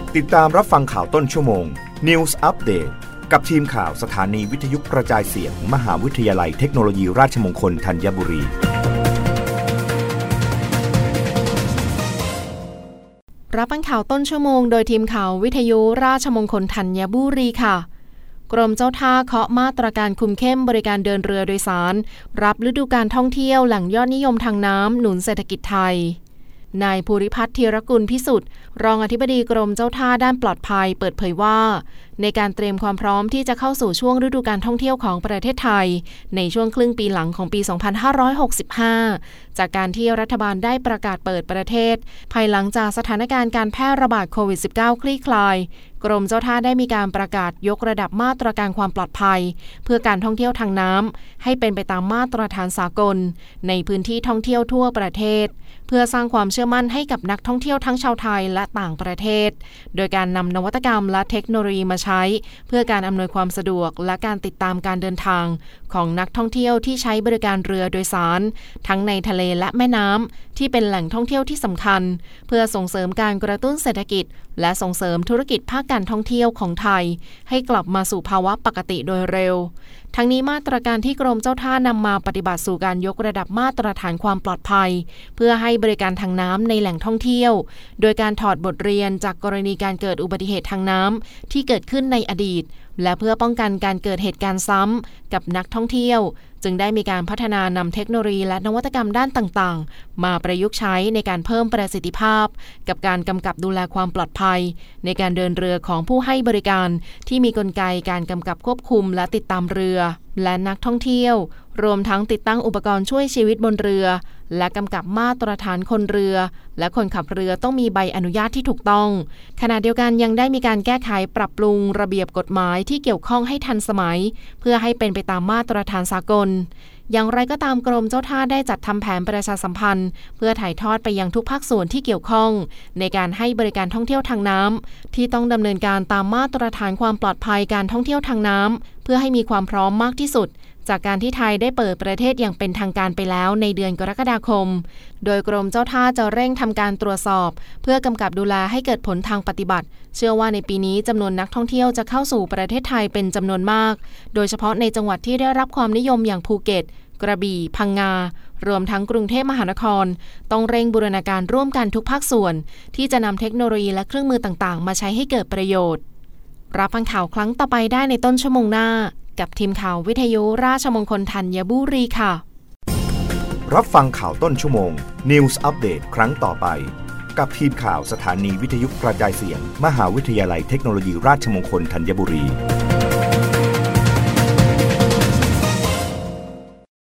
ติดตามรับฟังข่าวต้นชั่วโมง News Update กับทีมข่าวสถานีวิทยุกระจายเสียง มหาวิทยาลัยเทคโนโลยีราชมงคลธัญบุรีรับฟังข่าวต้นชั่วโมงโดยทีมข่าววิทยุราชมงคลธัญบุรีค่ะกรมเจ้าท่าเคาะมาตรการคุมเข้มบริการเดินเรือโดยสารรับฤดูกาลท่องเที่ยวแหล่งยอดนิยมทางน้ำหนุนเศรษฐกิจไทยนายภูริพัฒน์ธีรกุลพิสุทธิ์รองอธิบดีกรมเจ้าท่าด้านปลอดภัยเปิดเผยว่าในการเตรียมความพร้อมที่จะเข้าสู่ช่วงฤดูกาลท่องเที่ยวของประเทศไทยในช่วงครึ่งปีหลังของปี 2565 จากการที่รัฐบาลได้ประกาศเปิดประเทศภายหลังจากสถานการณ์การแพร่ระบาดโควิด -19 คลี่คลายกรมเจ้าท่าได้มีการประกาศยกระดับมาตรการความปลอดภัยเพื่อการท่องเที่ยวทางน้ำให้เป็นไปตามมาตรฐานสากลในพื้นที่ท่องเที่ยวทั่วประเทศเพื่อสร้างความเชื่อมั่นให้กับนักท่องเที่ยวทั้งชาวไทยและต่างประเทศโดยการนำนวัตกรรมและเทคโนโลยีมาใช้เพื่อการอำนวยความสะดวกและการติดตามการเดินทางของนักท่องเที่ยวที่ใช้บริการเรือโดยสารทั้งในทะเลและแม่น้ำที่เป็นแหล่งท่องเที่ยวที่สำคัญเพื่อส่งเสริมการกระตุ้นเศรษฐกิจและส่งเสริมธุรกิจภาคการท่องเที่ยวของไทยให้กลับมาสู่ภาวะปกติโดยเร็วทั้งนี้มาตรการที่กรมเจ้าท่านำมาปฏิบัติสู่การยกระดับมาตรฐานความปลอดภัยเพื่อให้บริการทางน้ำในแหล่งท่องเที่ยวโดยการถอดบทเรียนจากกรณีการเกิดอุบัติเหตุทางน้ำที่เกิดขึ้นในอดีตและเพื่อป้องกันการเกิดเหตุการณ์ซ้ำกับนักท่องเที่ยวจึงได้มีการพัฒนานำเทคโนโลยีและนวัตกรรมด้านต่างๆมาประยุกต์ใช้ในการเพิ่มประสิทธิภาพกับการกำกับดูแลความปลอดภัยในการเดินเรือของผู้ให้บริการที่มีกลไกการกำกับควบคุมและติดตามเรือและนักท่องเที่ยวรวมทั้งติดตั้งอุปกรณ์ช่วยชีวิตบนเรือและกำกับมาตรฐานคนเรือและคนขับเรือต้องมีใบอนุญาตที่ถูกต้องขณะเดียวกันยังได้มีการแก้ไขปรับปรุงระเบียบกฎหมายที่เกี่ยวข้องให้ทันสมัยเพื่อให้เป็นไปตามมาตรฐานสากลอย่างไรก็ตามกรมเจ้าท่าได้จัดทำแผนประชาสัมพันธ์เพื่อถ่ายทอดไปยังทุกภาคส่วนที่เกี่ยวข้องในการให้บริการท่องเที่ยวทางน้ำที่ต้องดำเนินการตามมาตรฐานความปลอดภัยการท่องเที่ยวทางน้ำเพื่อให้มีความพร้อมมากที่สุดจากการที่ไทยได้เปิดประเทศอย่างเป็นทางการไปแล้วในเดือนกรกฎาคมโดยกรมเจ้าท่าจะเร่งทำการตรวจสอบเพื่อกำกับดูแลให้เกิดผลทางปฏิบัติเชื่อว่าในปีนี้จำนวนนักท่องเที่ยวจะเข้าสู่ประเทศไทยเป็นจำนวนมากโดยเฉพาะในจังหวัดที่ได้รับความนิยมอย่างภูเก็ตกระบี่พังงารวมทั้งกรุงเทพมหานครต้องเร่งบูรณาการร่วมกันทุกภาคส่วนที่จะนำเทคโนโลยีและเครื่องมือต่างๆมาใช้ให้เกิดประโยชน์รับฟังข่าวครั้งต่อไปได้ในต้นชั่วโมงหน้ากับทีมข่าววิทยุราชมงคลธัญบุรีค่ะรับฟังข่าวต้นชั่วโมง News Update ครั้งต่อไปกับทีมข่าวสถานีวิทยุกระจายเสียง มหาวิทยาลัยเทคโนโลยีราชมงคลธัญบุรี